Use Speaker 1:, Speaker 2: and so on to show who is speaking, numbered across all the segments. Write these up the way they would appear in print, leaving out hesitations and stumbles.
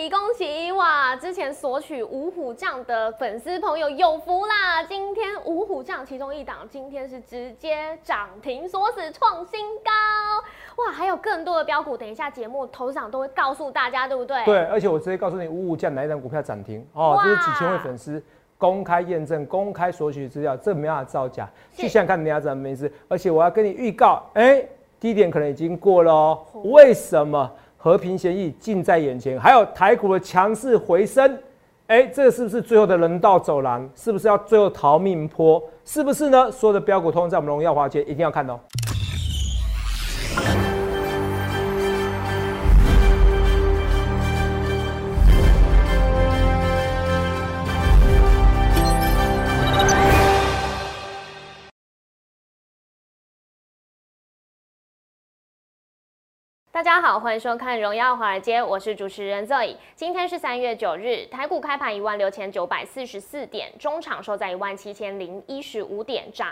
Speaker 1: 喜恭喜！哇，之前索取五虎将的粉丝朋友有福啦！今天五虎将其中一档，今天是直接涨停锁死创新高，哇！还有更多的标股，等一下节目头长都会告诉大家，对不对？
Speaker 2: 对，而且我直接告诉你五虎将哪一档股票涨停哦，这是几千位粉丝公开验证、公开索取资料，这没办法造假。去想想看人家怎么没事，而且我要跟你预告，低点可能已经过了哦。为什么？和平协议近在眼前，还有台股的强势回升，这个是不是最后的人道走廊？是不是要最后逃命坡？是不是呢？所有的标股通通在我们荣耀华尔街一定要看哦。
Speaker 1: 大家好，欢迎收看《荣耀华尔街》，我是主持人 Zoe。今天是3月9日，台股开盘16944点，中场收在17015点，涨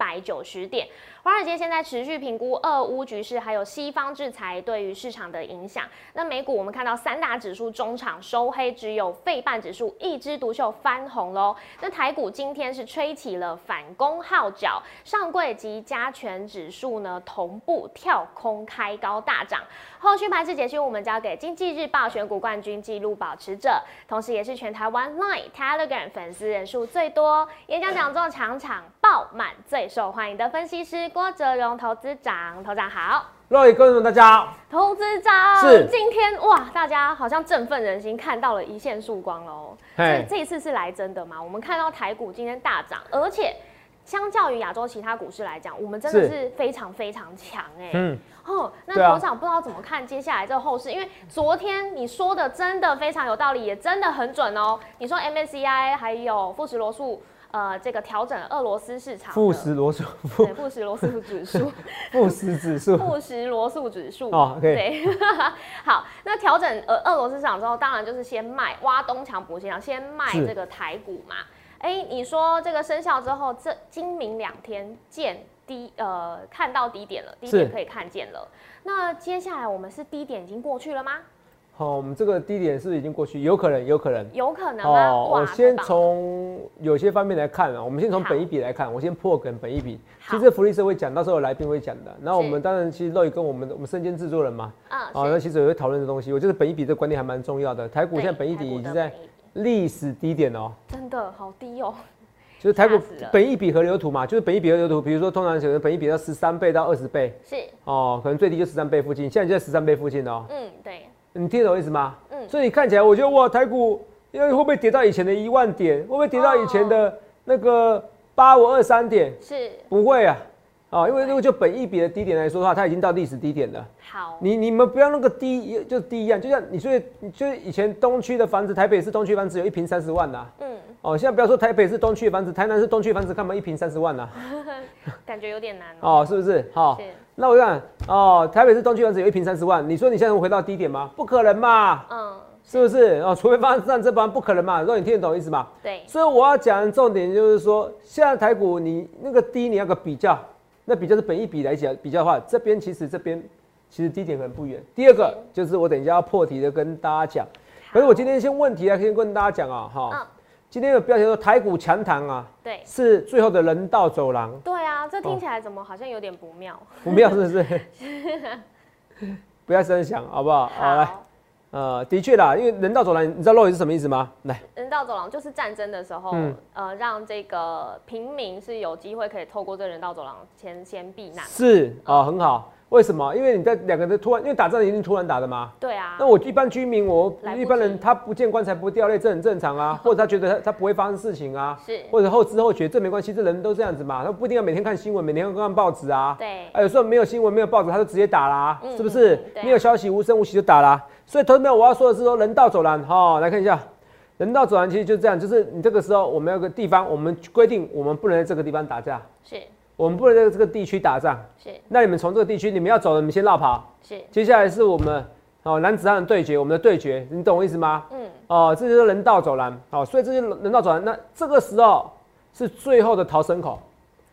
Speaker 1: 190点。华尔街现在持续评估俄乌局势，还有西方制裁对于市场的影响。那美股我们看到三大指数中场收黑，只有费半指数一枝独秀翻红喽。那台股今天是吹起了反攻号角，上柜及加权指数呢同步跳空开高大涨。后续盘势解析，我们交给经济日报选股冠军纪录保持者，同时也是全台湾 Line、Telegram 粉丝人数最多、演讲讲座场场爆满、最受欢迎的分析师郭哲荣投资长。头长好，
Speaker 2: 各位观众大家好，
Speaker 1: 投资长
Speaker 2: 是
Speaker 1: 今天哇，大家好像振奋人心，看到了一线曙光喽。这一次是来真的吗？我们看到台股今天大涨，而且相较于亚洲其他股市来讲，我们真的是非常非常强那头长不知道怎么看接下来这个后市，因为昨天你说的真的非常有道理，也真的很准哦。你说 MSCI 还有富时罗素，这个调整俄罗斯市场，富时罗素指数，富时罗素指数
Speaker 2: 哦，
Speaker 1: 对，好，那调整俄罗斯市场之后，当然就是先卖，挖东墙补西墙，先卖这个台股嘛。你说这个生效之后，这今明2天见看到低点了，低点可以看见了。那接下来我们是低点已经过去了吗？
Speaker 2: 我们这个低点是不是已经过去？有可能
Speaker 1: 吗？
Speaker 2: 我先从有些方面来看啊，我们先从本益比来看，我先破梗本益比。其实福利社会讲，到时候来宾会讲的。然后我们当然其实乐宇跟我们身兼制作人嘛，那其实也会讨论的东西。我觉得本益比这个观念还蛮重要的。台股现在本益比已经在历史低点哦，
Speaker 1: 真的好低哦。
Speaker 2: 就是台股本益比河流图嘛，就是本益比河流图，比如说通常可能本益比到13倍到20倍，
Speaker 1: 是
Speaker 2: 可能最低就13倍附近，现在就在13倍附近哦。
Speaker 1: 对，
Speaker 2: 你听得懂意思吗？所以你看起来，我觉得哇，台股会不会跌到以前的1万点？会不会跌到以前的那个8523点？是不会啊。因为如果就本益比的低点来说的话，它已经到历史低点了。
Speaker 1: 好，
Speaker 2: 你们不要那个低，就是低一样，就像你说，就是以前东区的房子，台北市东区房子有1坪30万呐。现在不要说台北市东区的房子，台南市东区的房子，干嘛1坪30万呐？
Speaker 1: 感觉有点难
Speaker 2: 是不是？那我看台北市东区房子有1坪30万，你说你现在回到低点吗？不可能嘛。是不是？除非发生这帮不可能嘛。如果你听得懂意思吗？
Speaker 1: 对。
Speaker 2: 所以我要讲的重点就是说，现在台股你那个低你要个比较。那比较是本益比来讲比较的话，这边其实低点可能不远。第二个就是我等一下要破题的跟大家讲，可是我今天先问题先跟大家讲今天有标题说台股强弹啊，对，是最后的人道走廊。
Speaker 1: 对啊，这听起来怎么好像有点不妙？
Speaker 2: 不妙是不是？不要这样想，好不好？好来。的确啦，因为人道走廊，你知道肉眼是什么意思吗？来，
Speaker 1: 人道走廊就是战争的时候，让这个平民是有机会可以透过这人道走廊先避难。是
Speaker 2: 很好。为什么？因为你在两个人突然，因为打仗一定突然打的嘛。
Speaker 1: 对啊。
Speaker 2: 那我一般居民，一般人他不见棺材不掉泪，这很正常啊。或者他觉得他不会发生事情啊。是。或者后知后觉，这没关系，这人都这样子嘛。他不一定要每天看新闻，每天要看报纸啊。对。有时候没有新闻没有报纸，他就直接打啦，是不是？没有消息，无声无息就打啦。所以，投资者我要说的是说人道走廊，来看一下，人道走廊其实就这样，就是你这个时候我们有个地方，我们规定我们不能在这个地方打架，是，我们不能在这个地区打仗，是。那你们从这个地区你们要走的，你们先绕跑，是。接下来是我们男子汉的对决，我们的对决，你懂我意思吗？这就是人道走廊，所以这些人道走廊，那这个时候是最后的逃生口。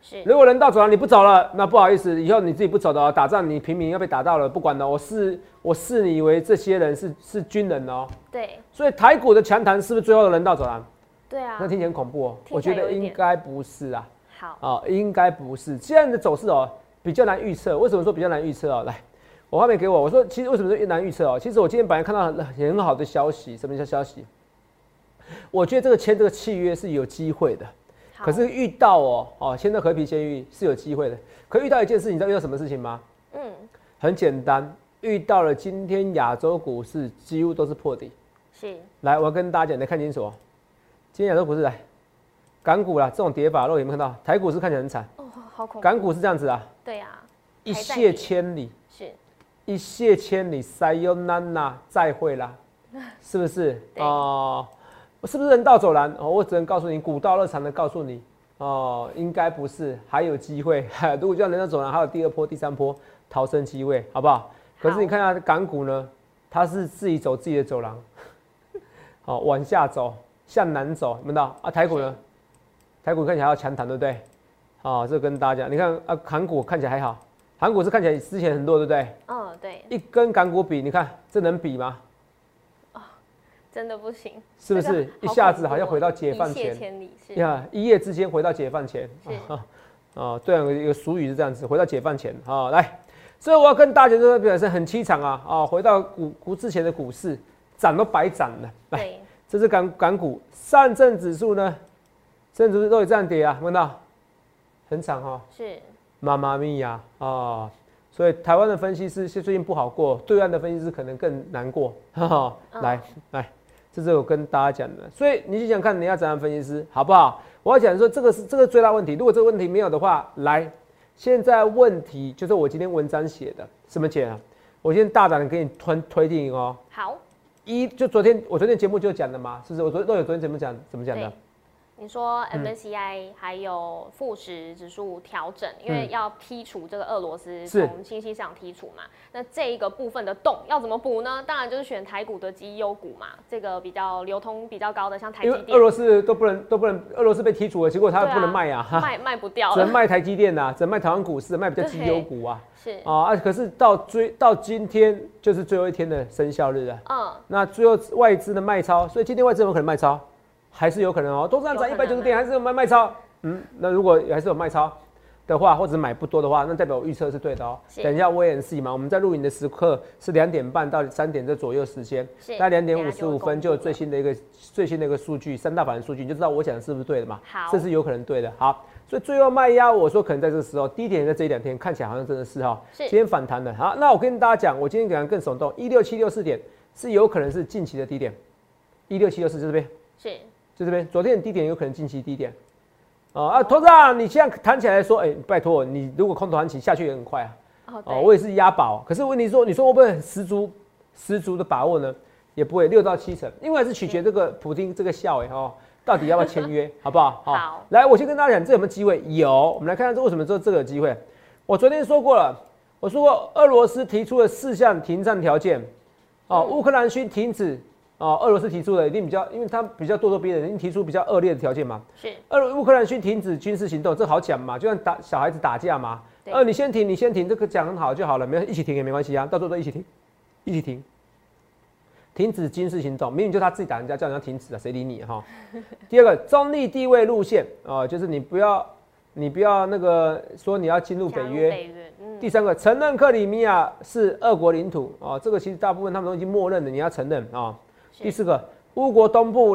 Speaker 1: 是，
Speaker 2: 如果人道走廊你不走了，那不好意思，以后你自己不走的哦，打仗你平民要被打到了，不管了，我视你为这些人是军人哦。
Speaker 1: 对。
Speaker 2: 所以台股的强弹是不是最后的人道走廊？
Speaker 1: 对啊。
Speaker 2: 那听起来很恐怖哦，我觉得应该不是啊。
Speaker 1: 好。
Speaker 2: 应该不是，这样的走势哦比较难预测。为什么说比较难预测哦？来，我画面给我，我说其实为什么说难预测哦？其实我今天本来看到很好的消息，什么叫消息？我觉得签这个契约是有机会的。可是遇到签到和平协议是有机会的。可遇到一件事情，你知道遇到什么事情吗？很简单，遇到了今天亚洲股市几乎都是破底。
Speaker 1: 是。来，
Speaker 2: 我要跟大家讲，你看清楚哦。今天亚洲股市来，港股啦，这种跌法，有没有看到？台股市看起来很惨。
Speaker 1: 哦，好恐怖。
Speaker 2: 港股是这样子啊。
Speaker 1: 对啊。
Speaker 2: 一泻千里。
Speaker 1: 是。一
Speaker 2: 泻千里 ，Sayonara， 再会啦，是不是？是不是人道走廊？我只能告诉你，古道热肠的告诉你，应该不是，还有机会。如果叫人道走廊，还有第二波、第三波逃生机会，好不好？可是你看一下港股呢，它是自己走自己的走廊，往下走，向南走，有没有到啊？台股呢？台股看起来还要强弹，对不对？这跟大家讲，你看啊，韩股看起来还好，韩股是看起来之前很弱，对不对？
Speaker 1: 对。一
Speaker 2: 跟港股比，你看这能比吗？
Speaker 1: 真的不行，
Speaker 2: 是不是一下子好像回到解放前？呀，一夜之间回到解放前。对，有一个俗语是这样子，回到解放前。来，所以我要跟大家说，表示很凄惨啊！回到股之前的股市，涨都白涨了。来，这是港股，上证指数呢，上证指数都有这样跌啊，看到很惨哈。是，妈妈咪呀啊！所以台湾的分析师最近不好过，对岸的分析师可能更难过。来。这是我跟大家讲的，所以你就想看你要怎样分析师，好不好？我要讲说这个是最大问题。如果这个问题没有的话，来，现在问题就是我今天文章写的，什么解啊？我今天大胆的给你推定哦。
Speaker 1: 好。
Speaker 2: 就我昨天节目就讲了嘛，是不是？我昨天节目讲怎么讲的？
Speaker 1: 你说 MSCI 还有富时指数调整，因为要剔除这个俄罗斯从新兴市场剔除嘛，那这一个部分的洞要怎么补呢？当然就是选台股的绩优股嘛，这个比较流通比较高的，像台积电。
Speaker 2: 因为俄罗斯都不能，俄罗斯被剔除了，结果它不能卖啊，
Speaker 1: 卖不掉了，
Speaker 2: 只能卖台积电啊，只能卖台湾股市，卖比较绩优股啊。
Speaker 1: 是
Speaker 2: 可是到今天就是最后一天的生效日了。那最后外资的卖超，所以今天外资有没有可能卖超？还是有可能都这样涨190点，还是有卖超。那如果还是有卖超的话，或者买不多的话，那代表我预测是对的哦。等一下wait and see嘛，我们在录影的时刻是2点半到3点这左右时间，大概2点55分就有最新的一个数据，3大法人数据，你就知道我讲的是不是对的嘛？好，这是有可能对的。好，所以最后卖压，我说可能在这个时候，低点在这一2天看起来好像真的是今天反弹了。好，那我跟大家讲，我今天可能更耸动，16764点是有可能是近期的低点，16764就这边是。就这边，昨天的低点有可能近期低点，投资啊，你现在谈起来说，拜托你如果空头行情下去也很快啊，我也是押宝，可是问题说，你说会不会很十足的把握呢？也不会，6到7成，因为还是取决这个普丁这个笑到底要不要签约，好不好？好，来，我先跟大家讲，这有没有机会？有，我们来看看这为什么说这个有机会。我昨天说过了，我说过俄罗斯提出了4项停战条件，乌克兰需停止。俄罗斯提出的一定比较，因为他比较咄咄逼人，一定提出比较恶劣的条件嘛。是。乌克兰需停止军事行动，这好讲嘛，就像小孩子打架嘛。你先停，这个讲很好就好了，没有一起停也没关系啊，到时候都一起停。停止军事行动，明明就他自己打人家，叫人家停止了，谁理你哈？第二个，中立地位路线就是你不要那个说你要进入北约。第三个，承认克里米亚是俄国领土这个其实大部分他们都已经默认了，你要承认第四个，乌国东部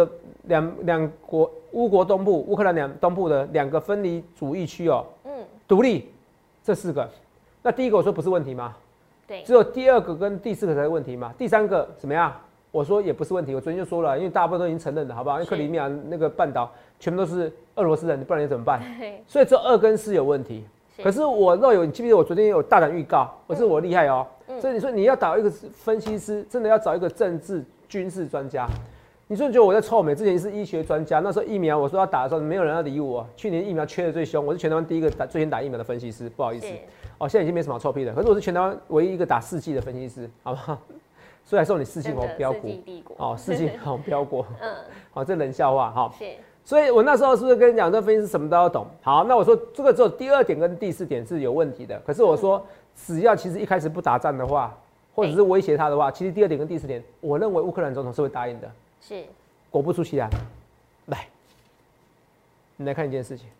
Speaker 2: 乌国东部、乌克兰东部的2个分离主义区独立，这4个。那第一个我说不是问题吗？对，只有第2个跟第4个才是问题嘛。第3个怎么样？我说也不是问题，我昨天就说了，因为大部分都已经承认了，好不好？因为克里米亚那个半岛全部都是俄罗斯人，不然你怎么办？所以这2跟4有问题。可是你记不记得我昨天有大胆预告？我厉害所以你说你要找一个分析师，真的要找一个政治军事专家。你说你觉得我在臭美？之前是医学专家，那时候疫苗我说要打的时候，没有人要理我。去年疫苗缺的最凶，我是全台湾第一个最先打疫苗的分析师，不好意思。现在已经没什么好臭屁的。可是我是全台湾唯一一个打4剂的分析师，好不好？所以还送你4剂红标股，4剂红标股。这冷笑话哈。 所以我那时候是不是跟你讲，这分析师什么都要懂？好，那我说这个只有第2点跟第4点是有问题的。可是我说，只要其实一开始不打仗的话，或者是威胁他的话，其实第2点跟第4点，我认为乌克兰总统是会答应的。
Speaker 1: 是，
Speaker 2: 果不出其然，来，你来看一件事情，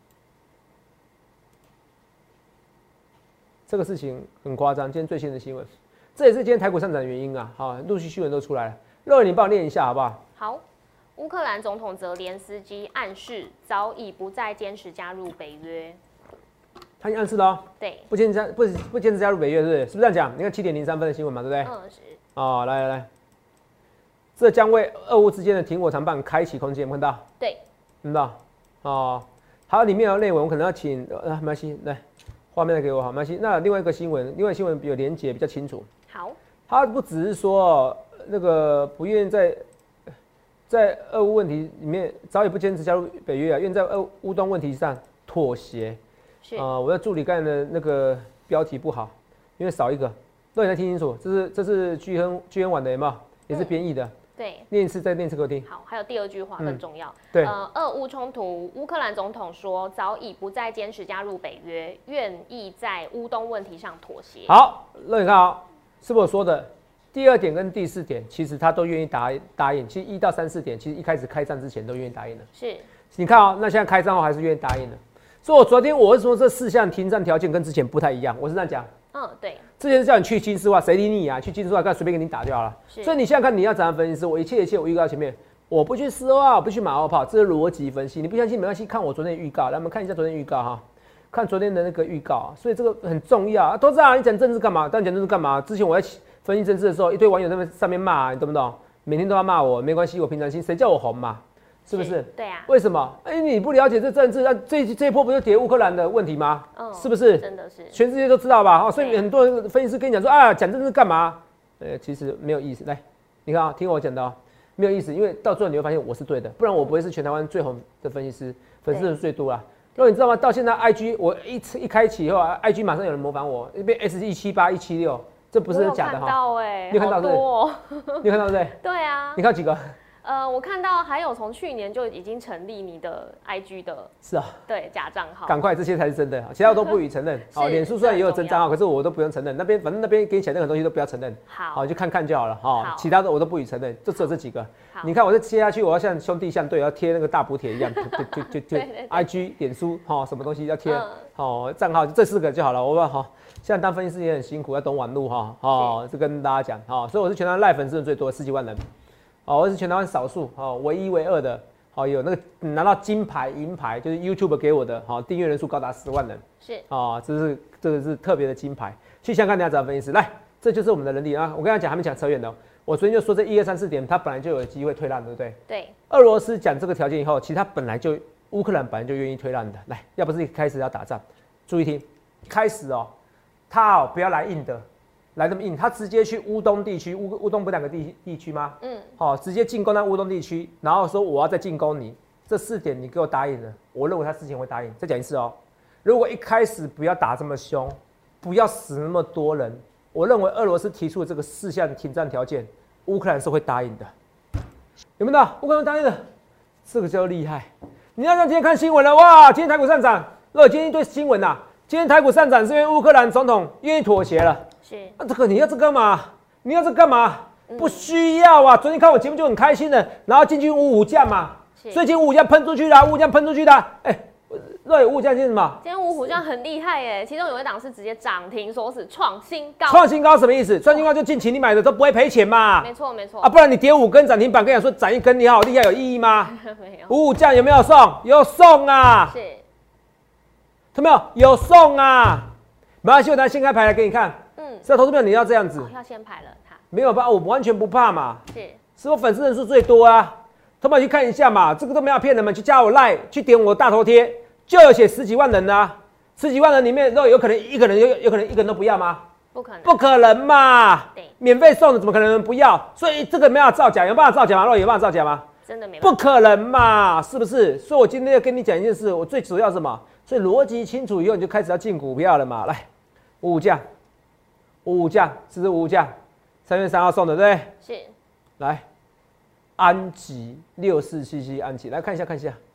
Speaker 2: 这个事情很夸张。今天最新的新闻，这也是今天台股上涨的原因啊。好，陆续新闻都出来了，肉眼你帮我念一下好不好？
Speaker 1: 好。乌克兰总统泽连斯基暗示早已不再坚持加入北约，
Speaker 2: 他已经暗示了哦，
Speaker 1: 对，
Speaker 2: 不坚持加入北约，是不是？是不是这样讲？你看7:03的新闻嘛，对不对？
Speaker 1: 是。
Speaker 2: 哦，来，这将为俄乌之间的停火谈判开启空间，看到？
Speaker 1: 对，
Speaker 2: 看到？哦，还有里面的内文，我可能要请没关系，来，画面来给我好，没关系。那另外一个新闻，有连结比较清楚。
Speaker 1: 好，
Speaker 2: 他不只是说那个不愿意在俄乌问题里面早已不坚持加入北约啊，愿在乌东问题上妥协。是我的助理刚才的那个标题不好，因为少一个，让你再听清楚。这是居恩网的有没有？也是编译的。对，念一次再念一次给我听。好，
Speaker 1: 还有第2句话更重要。
Speaker 2: 对，
Speaker 1: 俄乌冲突，乌克兰总统说早已不再坚持加入北约，愿意在乌东问题上妥协。好，
Speaker 2: 那你看啊，是不是我说的？第2点跟第4点，其实他都愿意答应。其实1到3、4点，其实一开始开战之前都愿意答应的。是，你看啊，那现在开战后还是愿意答应的。所以我昨天我是说这4项停战条件跟之前不太一样，我是这样讲。对。之前是叫你去军事化，谁理你啊？去军事化，随便给你打掉了。所以你现在看你要怎样分析？我一切我预告前面，我不去私化，我不去马后炮，这是逻辑分析。你不相信没关系，看我昨天的预告，来我们看一下昨天预告哈。看昨天的那个预告，所以这个很重要啊。都知道你讲政治干嘛？当你讲政治干嘛？之前我在分析政治的时候，一堆网友在上面骂，你懂不懂？每天都要骂我，没关系，我平常心，谁叫我红嘛？是不是？对啊。为什么？你不了解这政治，那这一波不就跌乌克兰的问题吗？是不是？真的是，全世界都知道吧？所以很多人分析师跟你讲说啊，讲政治干嘛？其实没有意思。来，你看啊，听我讲的，没有意思，因为到最后你会发现我是对的，不然我不会是全台湾最红的分析师，粉丝人最多啦。如果你知道吗？到现在 IG 我一开启以后 ，IG 马上有人模仿我，变 S178、176，这不是假的哈。你有看到对？你有看到对？对啊。你看几个？
Speaker 1: 我看到还有从去年就已经成立你的 IG 的，是啊，对，假账号，
Speaker 2: 赶快，这些才是真的，其他我都不予承认。好，脸书虽然也有真账号，可是我都不用承认，反正那边给你写任何东西都不要承认。好，就看看就好了哈。其他的我都不予承认，就只有这几个。你看我再接下去，我要像兄弟相对，要贴那个大补帖一样，就 IG、脸书哈，什么东西要贴，好账号这4个就好了。我好，现在当分析师也很辛苦，要懂网路哈，这跟大家讲哈，所以我是全台湾赖粉丝人最多，10几万人。我是全台湾少数唯一唯二的，有那个拿到金牌、银牌，就是 YouTube 给我的，订阅人数高达10万人，是这个是特别的金牌。去想看大家怎么分析，来，这就是我们的能力啊！我跟他讲，还没讲扯远的，我昨天就说这1、2、3、4点，它本来就有机会退让，对不对？对。俄罗斯讲这个条件以后，其实他本来就乌克兰本来就愿意退让的，来，要不是一开始要打仗，注意听，开始他不要来硬的。来这么硬，他直接去乌东地区，乌东不2个地区吗？直接进攻到乌东地区，然后说我要再进攻你，这4点你给我答应了，我认为他之前会答应。再讲一次如果一开始不要打这么凶，不要死那么多人，我认为俄罗斯提出的这个4项停战条件，乌克兰是会答应的。有没有？乌克兰答应了，这个叫厉害。你要像今天看新闻了，哇，今天台股上涨，今天一堆新闻呐，今天台股上涨是因为乌克兰总统愿意妥协了。是这个你要这干嘛？你要这干嘛？不需要啊！昨天看我节目就很开心的，然后进军55价嘛，所以今天55价喷出去啦，55价喷出去啦。若有55价今天什么？今天55价很厉害耶，其中有一档是直接涨停锁死创新高。创新高什么意思？创新高就近期你买的都不会赔钱嘛。没错没错啊，不然你跌5根涨停板，跟你讲说涨1根你好厉害有意义吗？没有。55价有没有送？有送啊！是，看到没有？有送啊！没关系，我拿先开牌来给你看。是啊，投资朋友你要这样子，要先排了他，没有吧？我完全不怕嘛，是我粉丝人数最多啊，投资朋友去看一下嘛，这个都没有骗人们，去加我 LINE， 去点我大头贴，就有写10几万人啊，10几万人里面都有可能一个人有可能1个人都不要吗？不可能，不可能嘛，对，免费送的怎么可能不要？所以这个没办法造假，有办法造假吗？有办法造假吗？真的没办法，不可能嘛，是不是？所以我今天要跟你讲一件事，我最主要是什么？所以逻辑清楚以后，你就开始要进股票了嘛，来，55价。55价，是不是55价？3月3号送的，对不对？是。来，安吉6477安吉，来看一下，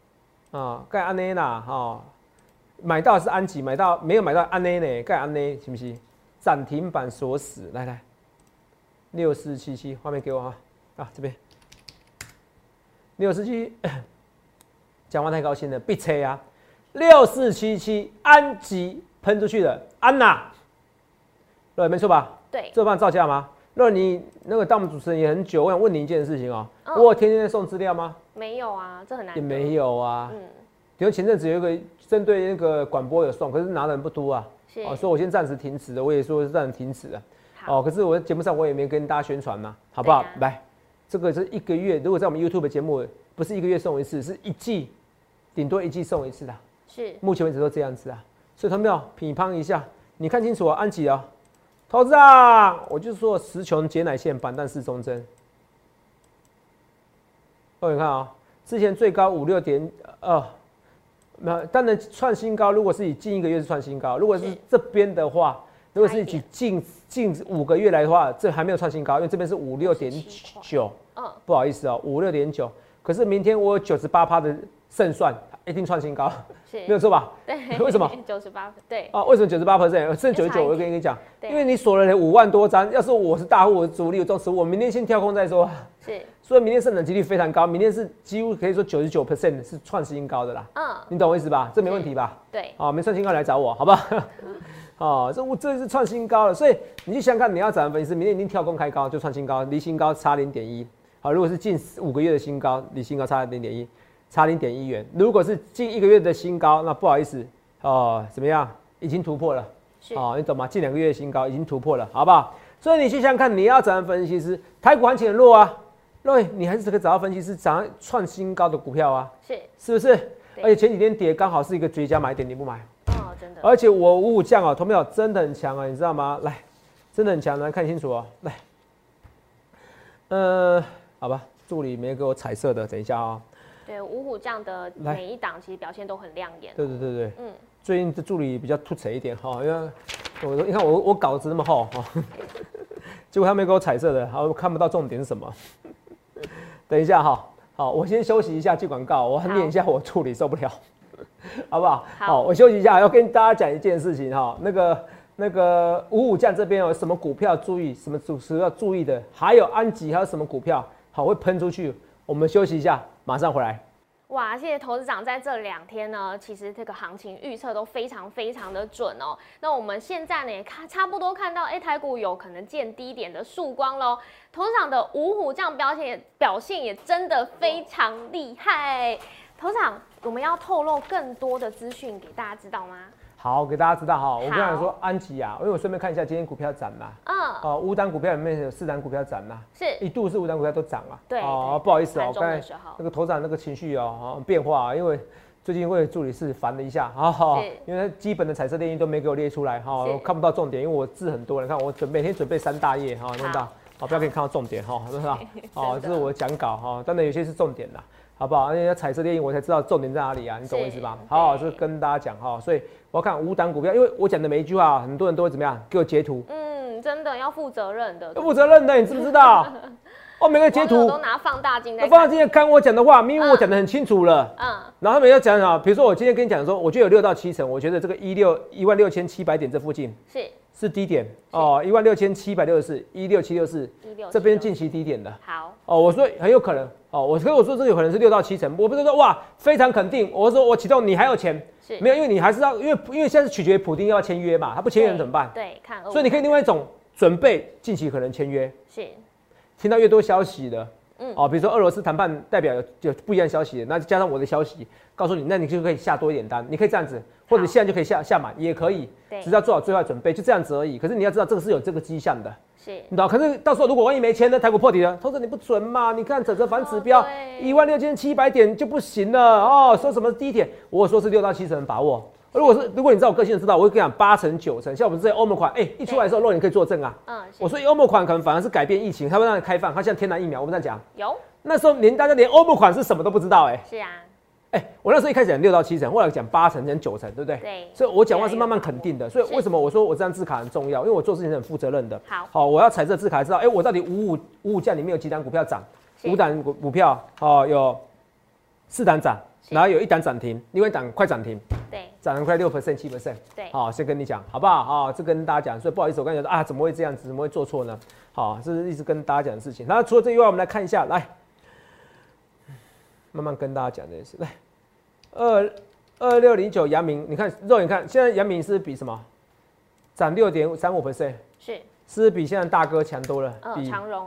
Speaker 2: 啊，盖安内啦，哈，买到是安吉，买到没有买到安内呢？盖安内行不行？涨停板锁死，来，6477，画面给我啊，这边6477，讲话太高兴了，必吹啊！6477安吉喷出去了，安娜，对，没错吧？
Speaker 1: 对，
Speaker 2: 这帮造价吗？若你那个当主持人也很久，我想问你一件事情哦，我有天天在送资料吗？
Speaker 1: 没有啊，这很难。
Speaker 2: 也没有啊。比如前阵子有一个针对那个广播有送，可是拿的人不多啊。哦，所以我先暂时停止了，我也说是暂时停止了。哦，可是我在节目上我也没跟大家宣传嘛，好不好？来，这个是1个月，如果在我们 YouTube 节目，不是1个月送一次，是1季，顶多1季送一次的。是，目前为止都这样子啊。所以他们要乒乓一下，你看清楚啊，安吉啊。投资啊，我就说十穷解奶线板蛋式中针。你看啊，之前最高56.2，那当然创新高。如果是以近1个月是创新高，如果是这边的话，如果是以近5个月来的话，这还没有创新高，因为这边是56.9。不好意思哦，56.9。可是明天我有98%的胜算，一定创新高，没有错吧？
Speaker 1: 对，
Speaker 2: 为什么
Speaker 1: ？98%对
Speaker 2: 啊？为什么98%？剩99，我跟你讲，因为你锁了5万多张，要是我是大户，我是主力，我中实物，我明天先跳空再说。是，所以明天胜的几率非常高，明天是几乎可以说99%是创新高的啦。你懂我意思吧？这没问题吧？对，没创新高来找我，好不好？这是创新高了，所以你去想看，你要怎样分析？明天已经跳空开高就创新高，离新高差0.1。好，如果是近5个月的新高，离新高差0.1。差0.1元，如果是近1个月的新高，那不好意思怎么样？已经突破了，你懂吗？近2个月的新高已经突破了，好不好？所以你去想想看，你要怎样分析师？台股行情很弱啊，对，你还是可以找到分析师涨创新高的股票啊，是不是？而且前几天跌刚好是一个绝佳买点，你不买？
Speaker 1: 真的。
Speaker 2: 而且我55降投票真的很强啊，你知道吗？来，真的很强，来看清楚来，好吧，助理没给我彩色的，等一下啊。
Speaker 1: 对，五虎将的每一档其实表现都很亮眼。
Speaker 2: 对，最近的助理比较突扯一点因为你看我稿子那么厚结果他没给我彩色的，我看不到重点是什么。等一下好，我先休息一下进广告，我念一下我助理受不了，好不好？好，我休息一下，要跟大家讲一件事情那个五虎将这边有什么股票注意，什么主持要注意的，还有安吉还有什么股票会喷出去，我们休息一下。马上回来。
Speaker 1: 哇，谢谢投资长在这2天呢，其实这个行情预测都非常的准哦。那我们现在呢也差不多看到，台股有可能见低点的曙光喽。投资长的五虎将表现也真的非常厉害。投资长，我们要透露更多的资讯给大家知道吗？给给大家知道我刚才说安吉啊，因为我顺便看一下今天股票涨嘛，5档股票里面有4档股票涨嘛，是一度是5档股票都涨了，对不好意思刚才那个头长那个情绪变化因为最近为了助理是烦了一下因为基本的彩色列印都没给我列出来我看不到重点，因为我字很多，你看我每天准备3大页看到不要给你看到重点是吧？这是我的讲稿当然有些是重点啦。好不好？因为彩色列印我才知道重点在哪里啊，你懂我意思吧？好，就是跟大家讲所以我要看5档股票，因为我讲的每一句话，很多人都会怎么样？给我截图。 真的要负责任的。
Speaker 2: 要负责任的，你知不知道？我每个截图
Speaker 1: 都拿放大镜在看。
Speaker 2: 放大镜看我讲的话，明明我讲的很清楚了。然后他们要讲什么？比如说我今天跟你讲说，我觉得有6到7成，我觉得这个16700点这附近是低点16764、16764这边近期低点的。好我说很有可能我说这个有可能是6到7成，我不是说哇非常肯定，我说我启动你还有钱没有？因为你还是要因为现在是取决于普丁要不要签约嘛，他不签约怎么办？对，看。所以你可以另外一种准备近期可能签约，是听到越多消息的。比如说俄罗斯谈判代表有不一样的消息，那加上我的消息，告诉你，那你就可以下多一点单，你可以这样子，或者现在就可以下满，也可以，只是要做好最坏准备，就这样子而已。可是你要知道，这个是有这个迹象的，你知道？可是到时候如果万一没签呢，台股破底了，投资你不准嘛？你看整个反指标16700点就不行了说什么低点，我说是6到7成的把握。如果你知道我个性知道，我会跟你讲8成9成。像我们这些欧盟款，一出来的时候，若你可以作证啊。我说欧盟款可能反而是改变疫情，它会让你开放，它像天然疫苗，我们这样讲。有。那时候大家连欧盟款是什么都不知道是啊。我那时候一开始讲6到7成，后来讲8成、讲9成，对不对？对。所以我讲话是慢慢肯定的。所以为什么我说我这张字卡很重要？因为我做事情是很负责任的。好，我要踩这字卡，知道我到底五五价里面有几档股票涨，5档股票有4档涨然后有一档涨停，另外一档快涨停，
Speaker 1: 对，
Speaker 2: 涨了快6%、7%，对，好，先跟你讲好不好？好，这跟大家讲，所以不好意思，我刚才说啊，怎么会这样子，怎么会做错呢？好，这是一直跟大家讲的事情。然后除了这以外，我们来看一下，来，慢慢跟大家讲这件事。来，2609阳明，你看肉眼看，现在阳明是比什么？涨6.35%，是比现在大哥强多了，
Speaker 1: 比长荣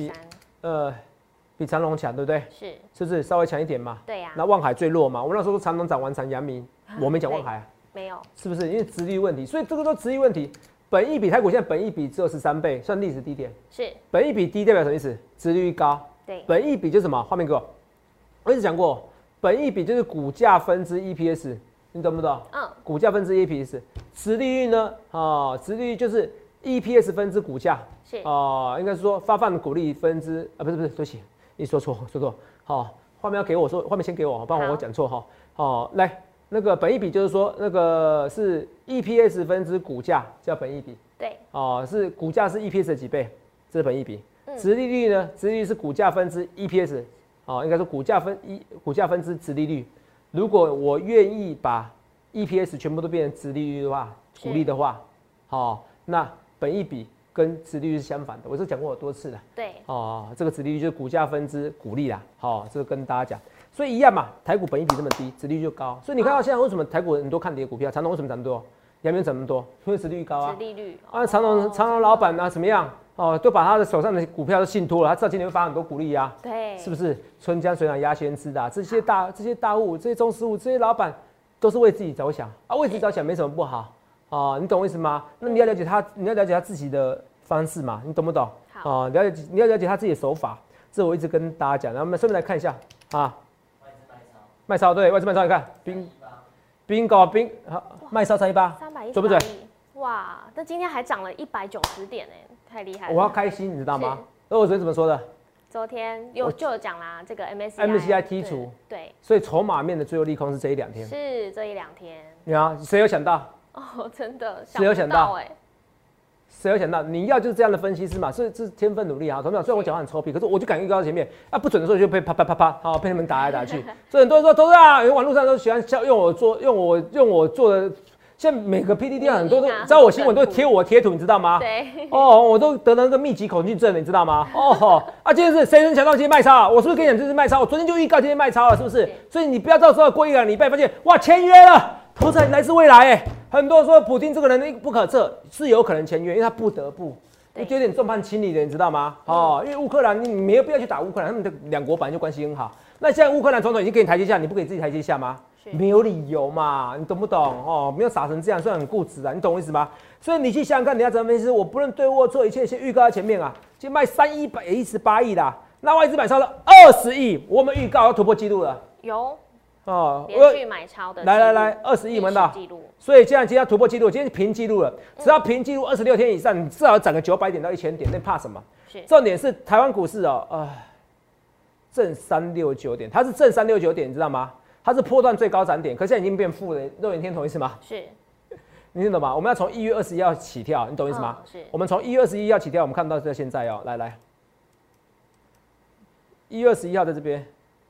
Speaker 1: 2603，
Speaker 2: 比长荣强，对不对？是不是稍微强一点嘛？
Speaker 1: 对呀。
Speaker 2: 那万海最弱嘛？我那时候说长荣涨完涨阳明，我没讲万海，
Speaker 1: 没有，
Speaker 2: 是不是？因为殖利率问题，所以这个都殖利率问题。本益比台股现在本益比只有13倍，算历史低点。是。本益比低代表什么意思？殖利率高。对。本益比就是什么？画面给我。我一直讲过，本益比就是股价分之 EPS， 你懂不懂？股价分之 EPS， 殖利率呢？殖利率就是 EPS 分之股价。是。应该是说发放股利分之不是，对不起，你说错。好，画面要给我说，画面先给我，不然我讲错哈。好，来。那个本益比就是说，那个是 EPS 分之股价叫本益比。对。是股价是 EPS 的几倍，这是本益比。殖利率呢？殖利率是股价分之 EPS， 应该说股价分之殖利率。如果我愿意把 EPS 全部都变成殖利率的话，股利的话，那本益比跟殖利率是相反的。我这讲过很多次了。对。这个殖利率就是股价分之股利啦。这个跟大家讲。所以一样嘛，台股本益比这么低，殖利率就高。所以你看到现在为什么台股很多看跌股票，长荣为什么涨多，阳明涨那么多？因为殖利率高啊。殖利率长荣老板啊怎么样？都把他的手上的股票都信托了，他知道今年会发很多股利啊。对。是不是春江水暖鸭先知的啊？这些大户、这些中实户、这些老板都是为自己着想啊，为自己着想没什么不好啊，你懂我意思吗？那你要了解他，你要了解他自己的方式嘛，你懂不懂？好。你要了解他自己的手法，这我一直跟大家讲。然后我们顺便来看一下啊。卖超对，外资卖超，你看冰卖超318，对不对？
Speaker 1: 哇，但今天还涨了190点哎，太厉害了！
Speaker 2: 我要开心，你知道吗？而我昨天怎么说的？
Speaker 1: 昨天就有讲啦，这个
Speaker 2: MSCI 剔除，对，所以筹码面的最后利空是这一两天，
Speaker 1: 是这一两天。
Speaker 2: 你啊，谁有想到？
Speaker 1: 真的，
Speaker 2: 谁有想到？谁有想到？你要就是这样的分析师嘛，这是天分努力啊。同学，虽然我讲话很臭屁，可是我就敢预告在前面啊，不准的时候就被啪，被他们打来打去。所以很多人说，投资啊，网络上都喜欢用我做的，现在每个 PTT 很多都知道我新闻都贴我贴图，你知道吗？对。我都得了那个密集恐惧症了，你知道吗？今天是谁能想到今天卖超？我是不是跟你讲这是卖超？我昨天就预告今天卖超了，是不是？所以你不要到时候过一个礼拜发现哇签约了。投资来自未来，很多人说普丁这个人不可测，是有可能签约，因为他不得不，就有点众叛亲离的，你知道吗？因为乌克兰你没有必要去打乌克兰，他们的两国本来就关系很好。那现在乌克兰总统已经给你台阶下，你不给自己台阶下吗？没有理由嘛，你懂不懂？没有傻成这样，虽然很固执啊，你懂我意思吗？所以你去想想看，你要怎么分析？我不论对或错，一切先预告在前面啊，就卖318亿啦，那外资买超了20亿，我们预告要突破纪录了，
Speaker 1: 有。连续买超的
Speaker 2: 来20亿，有没有到？所以今天要突破纪录，今天是平纪录了。只要平纪录26天以上，你至少涨个900点到1000点，那怕什么？重点是台湾股市正369点，它是正369点，你知道吗？它是波段最高涨点，可是现在已经变负了。肉眼天同意思吗？是，你听懂吗？我们要从1月21号起跳，你懂意思吗？是，我们从1月21号起跳，我们看到在现在来，1月21号在这边。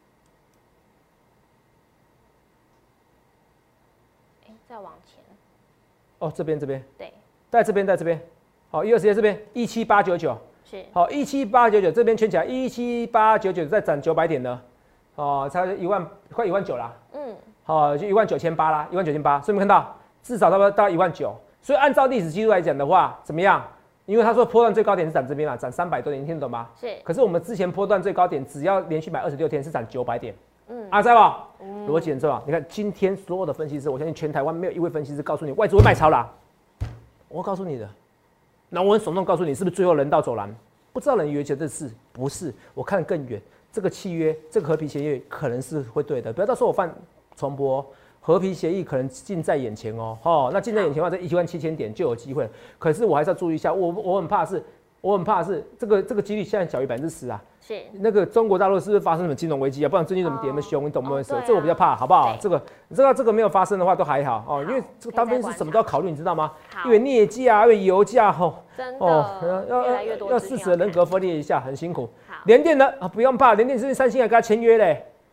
Speaker 1: 再往前，
Speaker 2: 这边，
Speaker 1: 对，
Speaker 2: 在这边，好，1月11这边17899，是，好，17899这边圈起来17899，再涨900点呢，才快19000啦，好，就19800啦，19800，所以我们看到至少差不多到19000，所以按照历史记录来讲的话，怎么样？因为他说波段最高点是涨这边嘛，涨300多点，你听得懂吗？是，可是我们之前波段最高点只要连续买26天是涨900点。知道吧？逻辑很重要。你看今天所有的分析师，我相信全台湾没有一位分析师告诉你外资会卖超啦。我告诉你的，那我很耸动告诉你，是不是最后人道走廊？不知道人以为这是不是？我看更远，这个契约，这个和平协议可能是会对的。不要到时候我犯重播，和平协议可能近在眼前哦。那近在眼前的话，这17000点就有机会了。可是我还是要注意一下，我很怕是这个几率现在小于10%啊。是那个中国大陆是不是发生什么金融危机啊？不然最近怎么跌那么凶？你懂不懂？这我比较怕，好不好？这个没有发生的话都还好因为这个单边是什么都要考虑，你知道吗？因为镍价，因为油价
Speaker 1: 真的
Speaker 2: 要适时的人格分裂一下，很辛苦。联电呢不用怕，联电是三星还跟他签约嘞。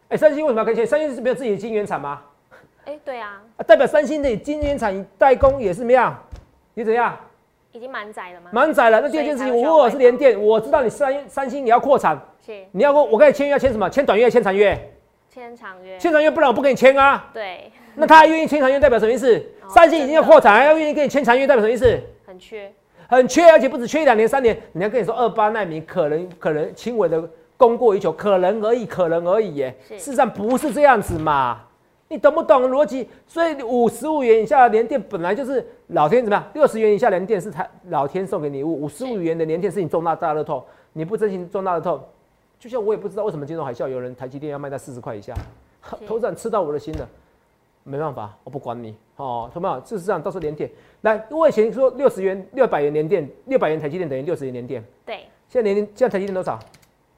Speaker 2: 三星为什么要跟签？三星是没有自己的晶圆厂吗？
Speaker 1: 对啊，
Speaker 2: 代表三星的晶圆厂代工也是怎么样？也怎样？
Speaker 1: 已经满载了吗？
Speaker 2: 满载了。那第二件事情，如果是联电，我知道你三星你要扩产，你要我跟你签约要签什么？签短约，签长约？签长约。签长约，不然我不跟你签啊。
Speaker 1: 对。
Speaker 2: 那他还愿意签长约，代表什么意思？三星已经要扩产，还要愿意跟你签长约，代表什么意思？
Speaker 1: 很缺。很
Speaker 2: 缺，而且不止缺2年3年。人家跟你说28奈米可能轻微的供过于求，可能而已耶。事实上不是这样子嘛。你懂不懂逻辑？所以55元以下的联电本来就是老天怎么样？60元以下联电是老天送给你礼物，55元的联电是你中大乐透，你不珍惜中大乐透，就像我也不知道为什么金融海啸有人台积电要卖到40块以下，投资人吃到我的心了，没办法，我不管你哦，懂没有？事实上到时候联电来，我以前说60元、600元联电，600元台积电等于60元联电，
Speaker 1: 对，
Speaker 2: 现在台积电多少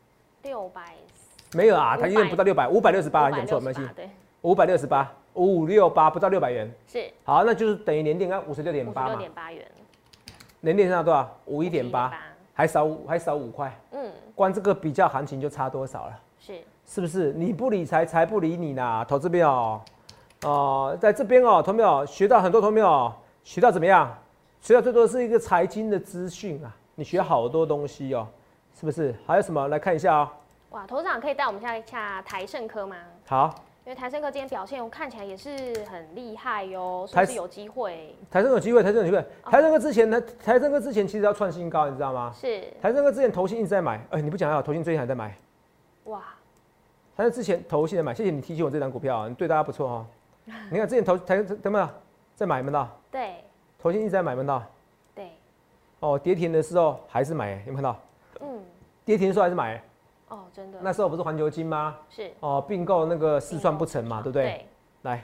Speaker 1: ？600
Speaker 2: 没有啊，台积电不到600，568，你讲错没关系。568，5568不到600元，
Speaker 1: 是
Speaker 2: 好，那就是等于联电刚56.8嘛
Speaker 1: ，56.8元，
Speaker 2: 联电现在多少？51.8，还少5块，光这个比较行情就差多少了？是不是？你不理财，财不理你啦，投资票在这边投没有学到很多，投没有学到怎么样？学到最多的是一个财经的资讯啊，你学好多东西是不是？还有什么来看一下
Speaker 1: 哇，投资长可以带我们下台盛科吗？
Speaker 2: 好。
Speaker 1: 因为台盛科今天表现，我看起来也是很厉害哟，是不是有机会？
Speaker 2: 台盛有机会。台盛科之前其实要创新高，你知道吗？
Speaker 1: 是。台
Speaker 2: 盛科之前投信一直在买，你不讲还好，投信最近还在买。哇！台盛之前投信在买，谢谢你提醒我这档股票，你对大家不错你看之前台盛有没有在买？没到？
Speaker 1: 对。
Speaker 2: 投信一直在买，没到？
Speaker 1: 对。
Speaker 2: 跌停的时候还是买，有没有看到？跌停的时候还是买。
Speaker 1: 真的。
Speaker 2: 那时候不是环球金吗？
Speaker 1: 是。
Speaker 2: 并购那个试算不成嘛，对不对？对。来，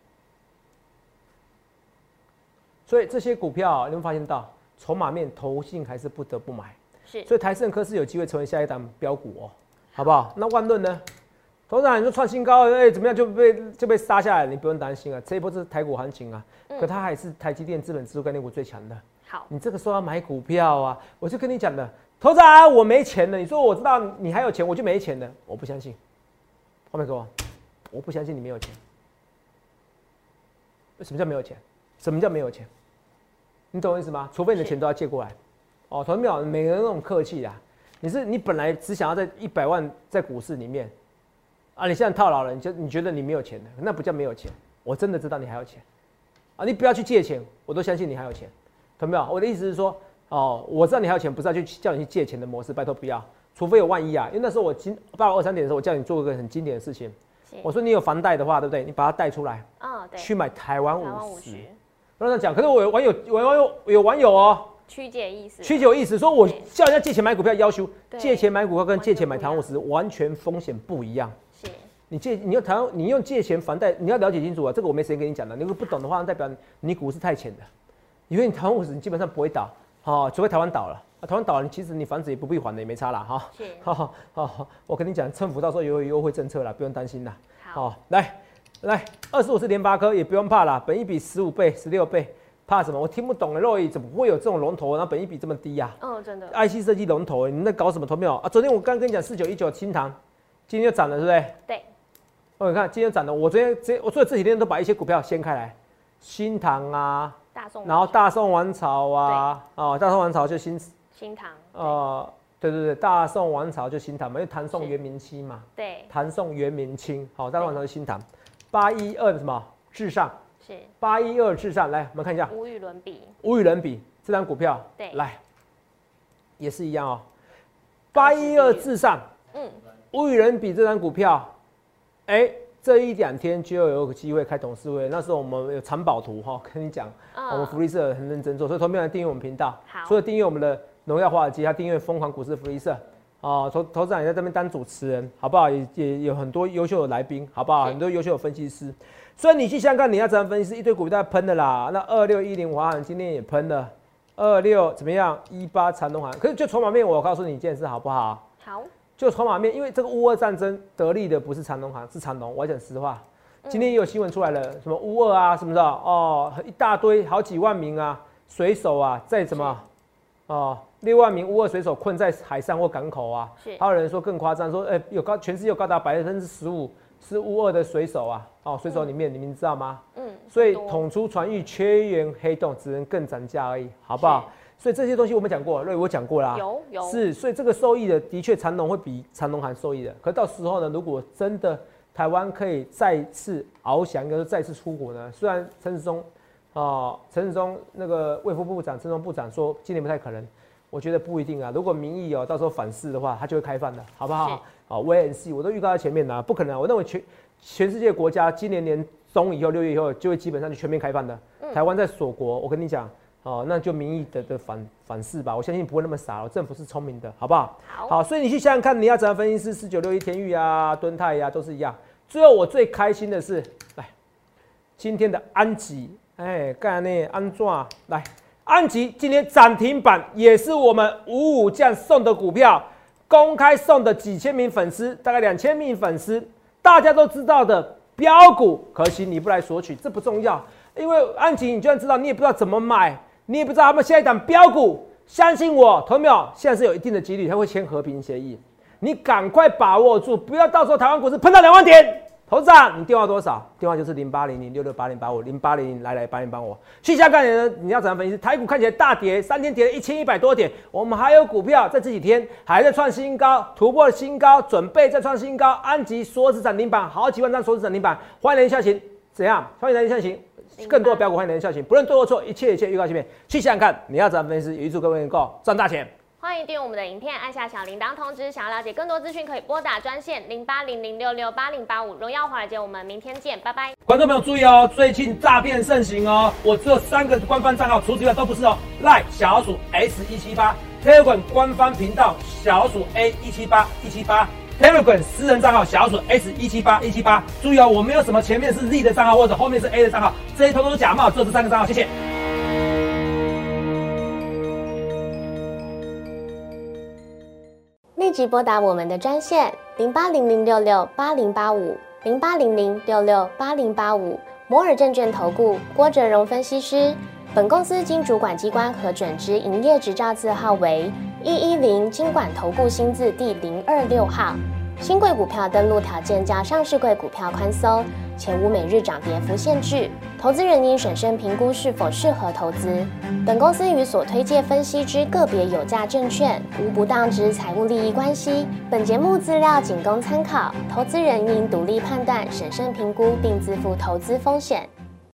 Speaker 2: 所以这些股票你会发现到筹码面投信还是不得不买。是。所以台盛科是有机会成为下一档标股好不好？那万润呢？董事长你说创新高，怎么样就被杀下来了？你不用担心啊，这一波是台股行情啊，可它还是台积电资本支出概念股最强的。
Speaker 1: 好，
Speaker 2: 你这个时候要买股票啊，我就跟你讲的。投资人，我没钱了。你说我知道你还有钱，我就没钱了。我不相信。后面说，我不相信你没有钱。什么叫没有钱？什么叫没有钱？你懂我意思吗？除非你的钱都要借过来。投资者每个人都那种客气啊。你本来只想要在100万在股市里面你现在套牢了，你觉得你没有钱的，那不叫没有钱。我真的知道你还有钱你不要去借钱，我都相信你还有钱。懂没有？我的意思是说。我知道你还有钱，不是要去叫你去借钱的模式，拜托不要，除非有万一啊。因为那时候我823点的时候，我叫你做一个很经典的事情，我说你有房贷的话，对不对？你把它贷出来，对，去买台湾50。我这样讲，可是我有网友
Speaker 1: 曲解意
Speaker 2: 思，说我叫人家借钱买股票，要求借钱买股票跟借钱买台湾50完全风险不一样。是，你用借钱房贷，你要了解清楚啊。这个我没时间跟你讲的，你如果不懂的话，代表你股市太浅的，因为你台湾50你基本上不会倒。除非台湾倒了，台湾倒了，其实你房子也不必还的，也没差啦我跟你讲，政府到时候也有优惠政策啦，不用担心啦。好，来，25是联发科，也不用怕啦，本益比15倍、16倍，怕什么？我听不懂Roy怎么会有这种龙头，然后本益比这么低呀？
Speaker 1: 真的。
Speaker 2: IC 设计龙头，你在搞什么头没有昨天我刚跟你讲4919新唐，今天就涨了，对不对？
Speaker 1: 对。
Speaker 2: 你看今天涨了，我所以这几天都把一些股票掀开来，新唐啊。然后大宋王朝啊，大宋王朝就新唐，对，大宋王朝就新唐嘛，因为唐宋元明清嘛，对，唐宋元明清，大宋王朝是新唐，812什么至上，是812至上，来我们看一下，
Speaker 1: 无与伦比
Speaker 2: 这张股票，
Speaker 1: 对，
Speaker 2: 来也是一样812至上，无与伦比这张股票，这1-2天就有个机会开董事会，那时候我们有藏宝图跟你讲，我们福利社很认真做，所以投资人订阅我们频道，除了订阅我们的荣耀华尔街，他订阅疯狂股市福利社，投资人也在这边当主持人，好不好？也有很多优秀的来宾，好不好？很多优秀的分析师，所以你去香港，你要怎样分析？一堆股票在喷的啦，那2610华航今天也喷了，26怎么样？18长荣航，可是就筹码面，我告诉你一件事，好不好？
Speaker 1: 好。
Speaker 2: 就筹码面，因为这个乌俄战争得利的不是长荣航，是长荣。我讲实话，今天也有新闻出来了，什么乌俄啊什么的一大堆好几万名水手在什么6万名乌俄水手困在海上或港口还有人说更夸张，说全世界有高达15% 是乌俄的水手啊，水手里面你们知道吗？所以统出船运缺源黑洞，只能更涨价而已，好不好？所以这些东西我们讲过，瑞我讲过啦，
Speaker 1: 有
Speaker 2: 是，所以这个受益的确长荣会比长荣还受益的。可到时候呢，如果真的台湾可以再次翱翔，应该说再次出国呢，虽然陈时中那个卫福部长陈时中部长说今年不太可能，我觉得不一定啊。如果民意到时候反噬的话，它就会开放的，好不好？wait and see， 我都预告在前面啦，不可能啊。我认为全世界国家今年年中以后6月以后就会基本上就全面开放的。台湾在锁国，我跟你讲。那就民意的反噬吧，我相信不会那么傻，政府是聪明的，好不好？好，所以你去想想看，你要怎样分析师4961天钰啊、敦泰啊，都是一样。最后我最开心的是，来今天的安吉，干呢安怎来？安吉今天涨停板，也是我们55酱送的股票，公开送的几千名粉丝，大概2000名粉丝，大家都知道的标股，可惜你不来索取，这不重要，因为安吉你就算知道，你也不知道怎么买。你也不知道他们下一档标股，相信我，投没有？现在是有一定的几率他会签和平协议，你赶快把握住，不要到时候台湾股市碰到2万点。投资长，你电话多少？电话就是0800668085，0800来帮我。去下半年呢，你要怎样分析？台股看起来大跌，3天跌了1100多点，我们还有股票在这几天还在创新高，突破新高，准备再创新高。安吉锁止涨停板，好几万张锁止涨停板，欢迎来下行，怎样？欢迎来下行。更多的标股欢迎您下行，不论对或错，一切预告前面去想想看，你要怎样分析？预祝各位能够赚大钱。
Speaker 1: 欢迎订阅我们的影片，按下小铃铛通知。想要了解更多资讯，可以拨打专线0800668085。荣耀华尔街，我们明天见，拜拜。
Speaker 2: 观众朋友注意哦，最近诈骗盛行哦，我只有3个官方账号，除此之外都不是哦。LINE 小鼠 S178，Telegram 官方频道小鼠 A178，Telegram 私人账号小鼠 S178，注意哦，我没有什么前面是 Z 的账号或者后面是 A 的账号，这些通通是假冒，只有这3个账号，谢谢。
Speaker 1: 立即拨打我们的专线0800668085，0800668085，摩尔证券投顾郭哲荣分析师。本公司经主管机关核准之营业执照字号为110金管投顾新字第026号。新贵股票登录条件较上市贵股票宽松，且无每日涨跌幅限制。投资人应审慎评估是否适合投资。本公司与所推介分析之个别有价证券无不当之财务利益关系。本节目资料仅供参考，投资人应独立判断、审慎评估并自负投资风险。